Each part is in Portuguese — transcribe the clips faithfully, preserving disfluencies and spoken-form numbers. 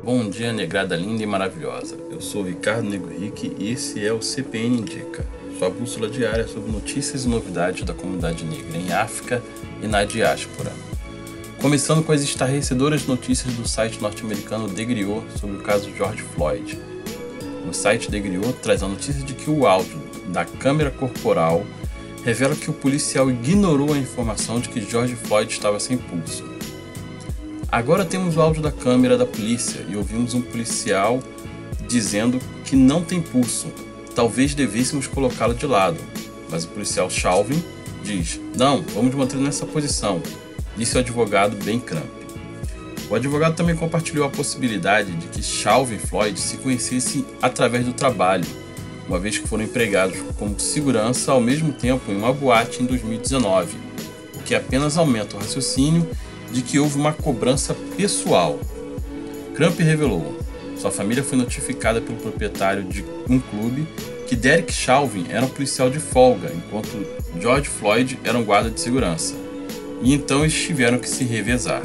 Bom dia, negrada linda e maravilhosa. Eu sou o Ricardo Nego Rick e esse é o C P N Indica, sua bússola diária sobre notícias e novidades da comunidade negra em África e na diáspora. Começando com as estarrecedoras notícias do site norte-americano The Griot sobre o caso George Floyd. O site The Griot traz a notícia de que o áudio da câmera corporal revela que o policial ignorou a informação de que George Floyd estava sem pulso. Agora temos o áudio da câmera da polícia e ouvimos um policial dizendo que não tem pulso, talvez devêssemos colocá-lo de lado, mas o policial Chauvin diz: não, vamos manter nessa posição, disse o advogado Ben Crump. O advogado também compartilhou a possibilidade de que Chauvin e Floyd se conhecessem através do trabalho, uma vez que foram empregados como segurança ao mesmo tempo em uma boate em dois mil e dezenove, o que apenas aumenta o raciocínio de que houve uma cobrança pessoal. Crump revelou: sua família foi notificada pelo proprietário de um clube que Derek Chauvin era um policial de folga, enquanto George Floyd era um guarda de segurança, e então eles tiveram que se revezar.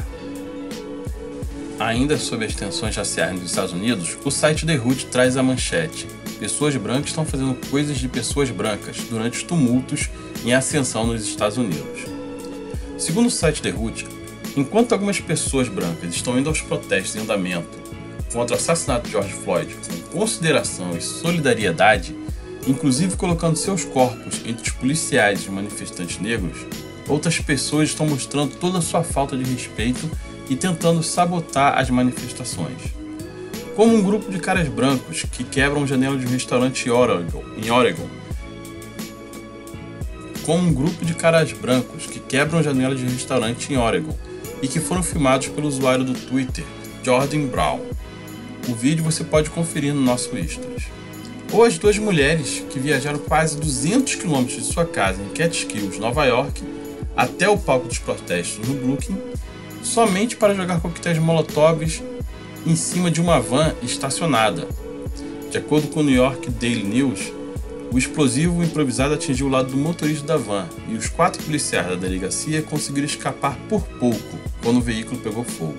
Ainda sobre as tensões raciais nos Estados Unidos, o site The Root traz a manchete: pessoas brancas estão fazendo coisas de pessoas brancas durante os tumultos em ascensão nos Estados Unidos. Segundo o site The Root, enquanto algumas pessoas brancas estão indo aos protestos em andamento contra o assassinato de George Floyd com consideração e solidariedade, inclusive colocando seus corpos entre os policiais e os manifestantes negros, outras pessoas estão mostrando toda a sua falta de respeito e tentando sabotar as manifestações. Como um grupo de caras brancos que quebram a janela de um restaurante em Oregon, em Oregon. Como um grupo de caras brancos que quebram a janela de um restaurante em Oregon e que foram filmados pelo usuário do Twitter, Jordan Brown. O vídeo você pode conferir no nosso Stories. Ou as duas mulheres que viajaram quase duzentos quilômetros de sua casa em Catskills, Nova York, até o palco dos protestos no Brooklyn, somente para jogar coquetéis molotovs em cima de uma van estacionada. De acordo com o New York Daily News, o explosivo improvisado atingiu o lado do motorista da van e os quatro policiais da delegacia conseguiram escapar por pouco quando o veículo pegou fogo.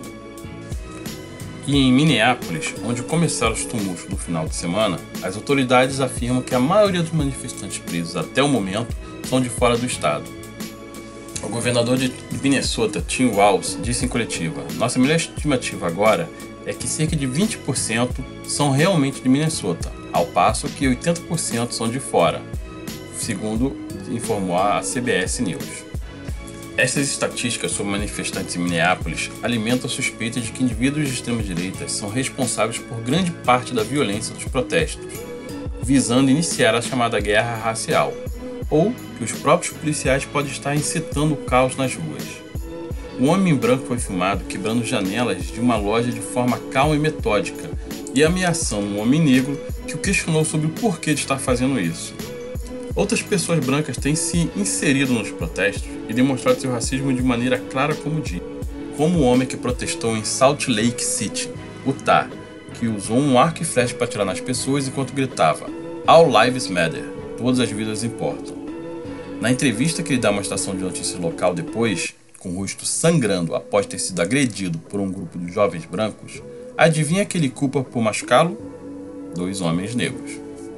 E em Minneapolis, onde começaram os tumultos do final de semana, as autoridades afirmam que a maioria dos manifestantes presos até o momento são de fora do estado. O governador de Minnesota, Tim Walz, disse em coletiva: nossa melhor estimativa agora é que cerca de vinte por cento são realmente de Minnesota, ao passo que oitenta por cento são de fora, segundo informou a C B S News. Essas estatísticas sobre manifestantes em Minneapolis alimentam a suspeita de que indivíduos de extrema-direita são responsáveis por grande parte da violência dos protestos, visando iniciar a chamada guerra racial, ou que os próprios policiais podem estar incitando o caos nas ruas. Um homem branco foi filmado quebrando janelas de uma loja de forma calma e metódica e ameaçando um homem negro que o questionou sobre o porquê de estar fazendo isso. Outras pessoas brancas têm se inserido nos protestos e demonstrado seu racismo de maneira clara como dia, como o homem que protestou em Salt Lake City, Utah, que usou um arco e flecha para atirar nas pessoas enquanto gritava "All Lives Matter", todas as vidas importam. Na entrevista que ele dá a uma estação de notícias local depois, com o rosto sangrando após ter sido agredido por um grupo de jovens brancos, adivinha que ele culpa por machucá-lo? Dois homens negros.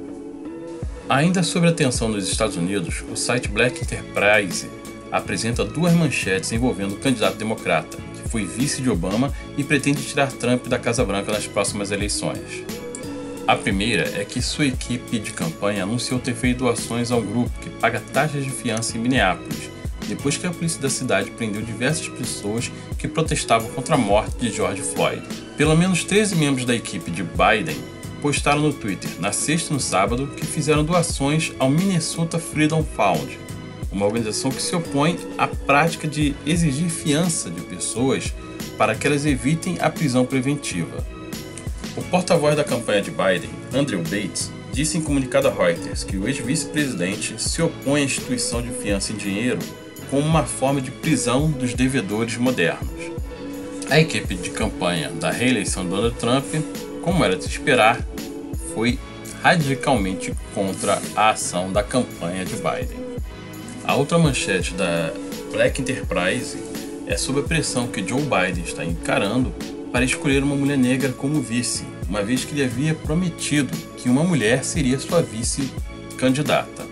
Ainda sobre a tensão nos Estados Unidos, o site Black Enterprise apresenta duas manchetes envolvendo o candidato democrata, que foi vice de Obama e pretende tirar Trump da Casa Branca nas próximas eleições. A primeira é que sua equipe de campanha anunciou ter feito doações a um grupo que paga taxas de fiança em Minneapolis, depois que a polícia da cidade prendeu diversas pessoas que protestavam contra a morte de George Floyd. Pelo menos treze membros da equipe de Biden postaram no Twitter, na sexta e no sábado, que fizeram doações ao Minnesota Freedom Fund, uma organização que se opõe à prática de exigir fiança de pessoas para que elas evitem a prisão preventiva. O porta-voz da campanha de Biden, Andrew Bates, disse em comunicado a Reuters que o ex-vice-presidente se opõe à instituição de fiança em dinheiro como uma forma de prisão dos devedores modernos. A equipe de campanha da reeleição de Donald Trump, como era de se esperar, foi radicalmente contra a ação da campanha de Biden. A outra manchete da Black Enterprise é sobre a pressão que Joe Biden está encarando para escolher uma mulher negra como vice, uma vez que ele havia prometido que uma mulher seria sua vice-candidata.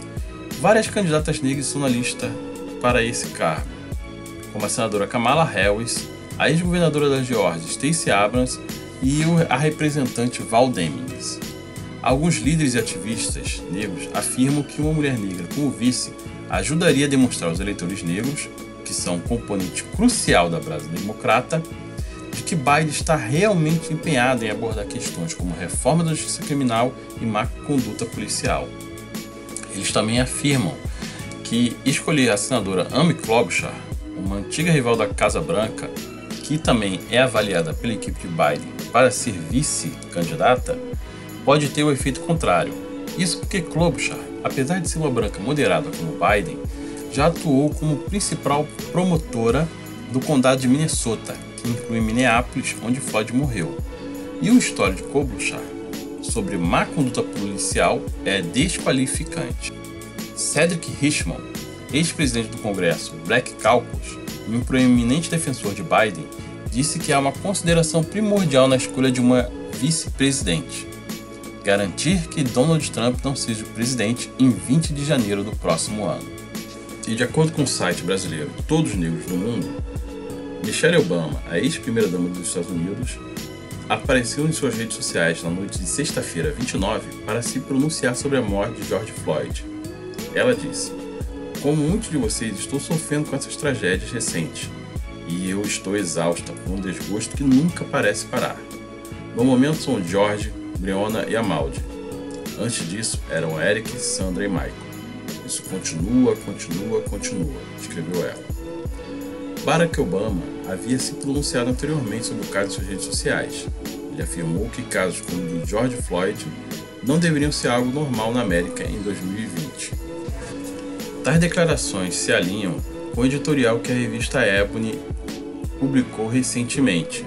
Várias candidatas negras estão na lista para esse cargo, como a senadora Kamala Harris, a ex-governadora da Geórgia, Stacey Abrams, e a representante Val Demings. Alguns líderes e ativistas negros afirmam que uma mulher negra como vice ajudaria a demonstrar aos eleitores negros, que são um componente crucial da base democrata, de que Biden está realmente empenhado em abordar questões como reforma da justiça criminal e má conduta policial. Eles também afirmam que escolher a senadora Amy Klobuchar, uma antiga rival da Casa Branca, que também é avaliada pela equipe de Biden para ser vice-candidata, pode ter o efeito contrário. Isso porque Klobuchar, apesar de ser uma branca moderada como Biden, já atuou como principal promotora do condado de Minnesota, que inclui Minneapolis, onde Floyd morreu. E o histórico de Klobuchar sobre má conduta policial é desqualificante. Cedric Richmond, ex-presidente do Congresso Black Caucus e um proeminente defensor de Biden, disse que há uma consideração primordial na escolha de uma vice-presidente: garantir que Donald Trump não seja o presidente em vinte de janeiro do próximo ano. E de acordo com o site brasileiro Todos Negros do Mundo, Michelle Obama, a ex-primeira-dama dos Estados Unidos, apareceu em suas redes sociais na noite de sexta-feira, vinte e nove, para se pronunciar sobre a morte de George Floyd. Ela disse: "Como muitos de vocês, estou sofrendo com essas tragédias recentes, e eu estou exausta por um desgosto que nunca parece parar. No momento são George, Breonna e Amaldi. Antes disso eram Eric, Sandra e Michael. Isso continua, continua, continua", escreveu ela. Barack Obama havia se pronunciado anteriormente sobre o caso em suas redes sociais. Ele afirmou que casos como o de George Floyd não deveriam ser algo normal na América em dois mil e vinte. Tais declarações se alinham com o editorial que a revista Ebony publicou recentemente.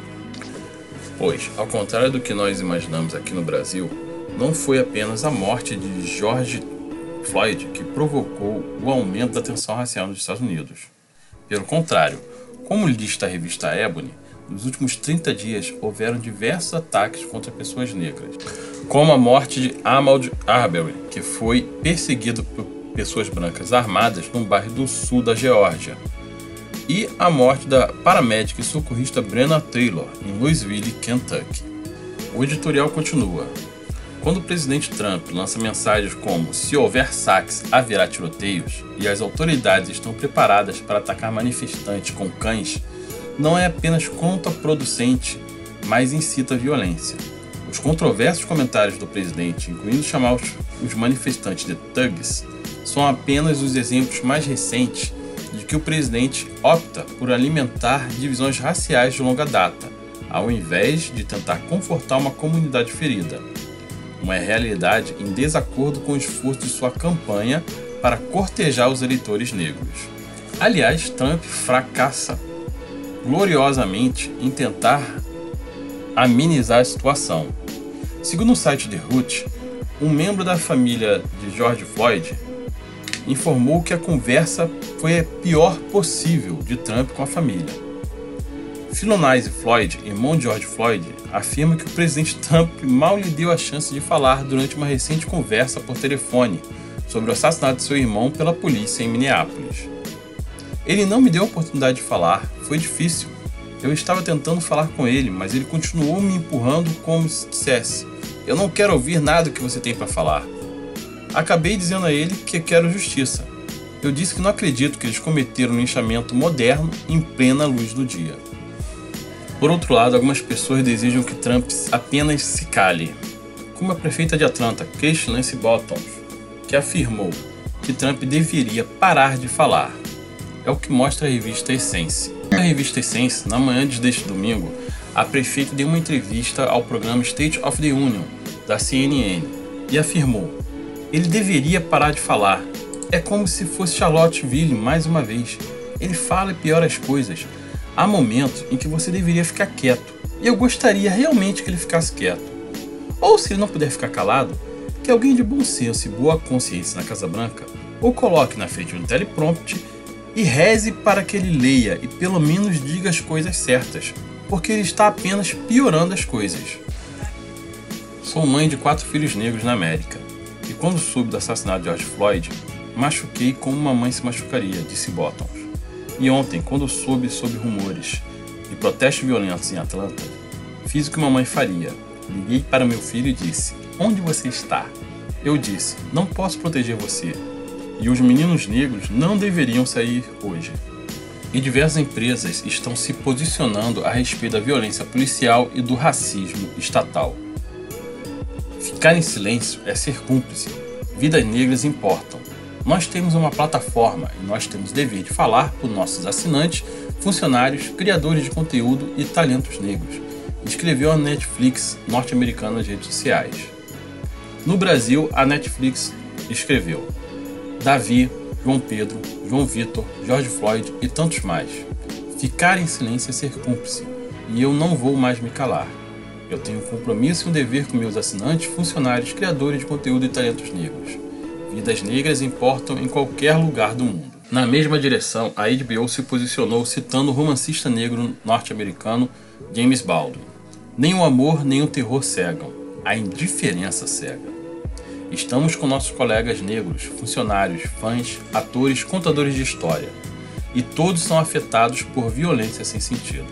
Pois, ao contrário do que nós imaginamos aqui no Brasil, não foi apenas a morte de George Floyd que provocou o aumento da tensão racial nos Estados Unidos. Pelo contrário, como lista a revista Ebony, nos últimos trinta dias houveram diversos ataques contra pessoas negras, como a morte de Ahmaud Arbery, que foi perseguido por pessoas brancas armadas num bairro do sul da Geórgia, e a morte da paramédica e socorrista Breonna Taylor, em Louisville, Kentucky. O editorial continua: quando o presidente Trump lança mensagens como "se houver saques, haverá tiroteios" e as autoridades estão preparadas para atacar manifestantes com cães, não é apenas contraproducente, mas incita a violência. Os controversos comentários do presidente, incluindo chamar os, os manifestantes de thugs, são apenas os exemplos mais recentes de que o presidente opta por alimentar divisões raciais de longa data, ao invés de tentar confortar uma comunidade ferida. Uma realidade em desacordo com o esforço de sua campanha para cortejar os eleitores negros. Aliás, Trump fracassa gloriosamente em tentar amenizar a situação. Segundo o site The Root, um membro da família de George Floyd informou que a conversa foi a pior possível de Trump com a família. Philonise Floyd, irmão de George Floyd, afirma que o presidente Trump mal lhe deu a chance de falar durante uma recente conversa por telefone sobre o assassinato de seu irmão pela polícia em Minneapolis. "Ele não me deu a oportunidade de falar, foi difícil. Eu estava tentando falar com ele, mas ele continuou me empurrando como se dissesse: 'Eu não quero ouvir nada que você tem para falar.' Acabei dizendo a ele que quero justiça. Eu disse que não acredito que eles cometeram um linchamento moderno em plena luz do dia." Por outro lado, algumas pessoas desejam que Trump apenas se cale, como a prefeita de Atlanta, Keisha Lance Bottoms, que afirmou que Trump deveria parar de falar. É o que mostra a revista Essence. Na revista Essence, na manhã deste domingo, a prefeita deu uma entrevista ao programa State of the Union, da C N N, e afirmou: "Ele deveria parar de falar. É como se fosse Charlottesville mais uma vez. Ele fala e piora as coisas. Há momentos em que você deveria ficar quieto, e eu gostaria realmente que ele ficasse quieto. Ou, se ele não puder ficar calado, que alguém de bom senso e boa consciência na Casa Branca o coloque na frente de um teleprompter e reze para que ele leia e pelo menos diga as coisas certas. porque ele está apenas piorando as coisas. Sou mãe de quatro filhos negros na América, e quando soube do assassinato de George Floyd, machuquei como uma mãe se machucaria, disse Bottoms. E ontem, quando soube sobre rumores de protestos violentos em Atlanta, fiz o que uma mãe faria. Liguei para meu filho e disse: "Onde você está?" Eu disse: "Não posso proteger você. E os meninos negros não deveriam sair hoje." E diversas empresas estão se posicionando a respeito da violência policial e do racismo estatal. Ficar em silêncio é ser cúmplice. Vidas negras importam. Nós temos uma plataforma e nós temos o dever de falar por nossos assinantes, funcionários, criadores de conteúdo e talentos negros, escreveu a Netflix norte-americana nas redes sociais. No Brasil, a Netflix escreveu: Davi, João Pedro, João Vitor, George Floyd e tantos mais. Ficar em silêncio é ser cúmplice, e eu não vou mais me calar. Eu tenho um compromisso e um dever com meus assinantes, funcionários, criadores de conteúdo e talentos negros. Vidas negras importam em qualquer lugar do mundo. Na mesma direção, a H B O se posicionou citando o romancista negro norte-americano James Baldwin. Nem o amor nem o terror cegam, a indiferença cega. Estamos com nossos colegas negros, funcionários, fãs, atores, contadores de história. E todos são afetados por violência sem sentido.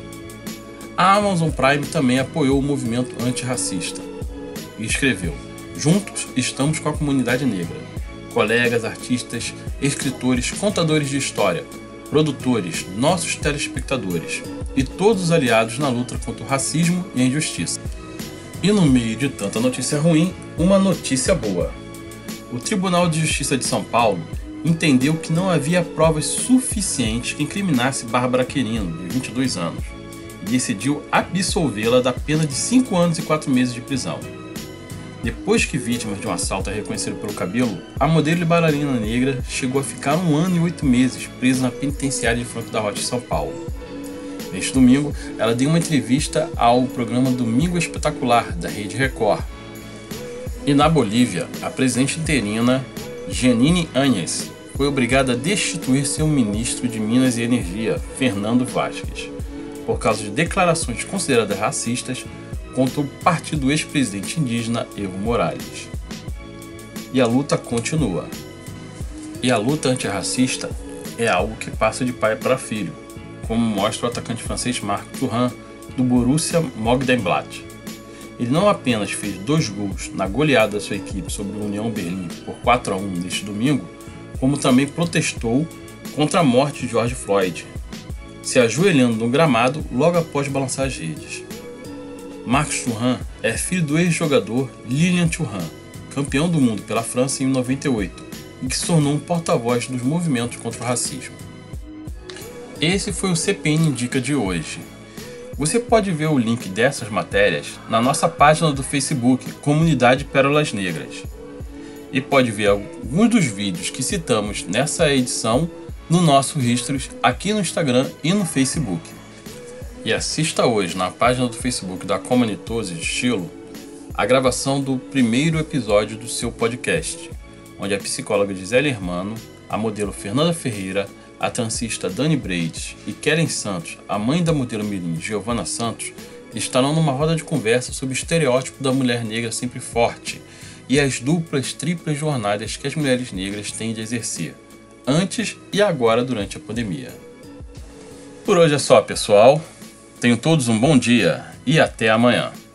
A Amazon Prime também apoiou o movimento antirracista e escreveu: juntos estamos com a comunidade negra. Colegas, artistas, escritores, contadores de história, produtores, nossos telespectadores e todos os aliados na luta contra o racismo e a injustiça. E no meio de tanta notícia ruim, uma notícia boa. O Tribunal de Justiça de São Paulo entendeu que não havia provas suficientes que incriminasse Bárbara Querino, de vinte e dois anos, e decidiu absolvê-la da pena de cinco anos e quatro meses de prisão. Depois que vítima de um assalto é reconhecida pelo cabelo, a modelo e bailarina negra chegou a ficar um ano e oito meses presa na penitenciária de Franco da Rocha, em São Paulo. Neste domingo, ela deu uma entrevista ao programa Domingo Espetacular, da Rede Record. E na Bolívia, a presidente interina, Jeanine Áñez, foi obrigada a destituir seu ministro de Minas e Energia, Fernando Vázquez, por causa de declarações consideradas racistas contra o partido do ex-presidente indígena Evo Morales. E a luta continua. E a luta antirracista é algo que passa de pai para filho, como mostra o atacante francês Marc Thuram, do Borussia Mönchengladbach. Ele não apenas fez dois gols na goleada da sua equipe sobre o União Berlim por quatro a um neste domingo, como também protestou contra a morte de George Floyd, se ajoelhando no gramado logo após balançar as redes. Marc Thuram é filho do ex-jogador Lilian Thuram, campeão do mundo pela França em noventa e oito, e que se tornou um porta-voz dos movimentos contra o racismo. Esse foi o C P N Indica de hoje. Você pode ver o link dessas matérias na nossa página do Facebook, Comunidade Pérolas Negras. E pode ver alguns dos vídeos que citamos nessa edição no nosso History aqui no Instagram e no Facebook. E assista hoje na página do Facebook da Comunitose de Estilo a gravação do primeiro episódio do seu podcast, onde a psicóloga Gisele Hermano, a modelo Fernanda Ferreira, a transista Dani Breides e Kellen Santos, a mãe da modelo mirim Giovana Santos, estarão numa roda de conversa sobre o estereótipo da mulher negra sempre forte e as duplas, triplas jornadas que as mulheres negras têm de exercer, antes e agora durante a pandemia. Por hoje é só, pessoal. Tenham todos um bom dia e até amanhã.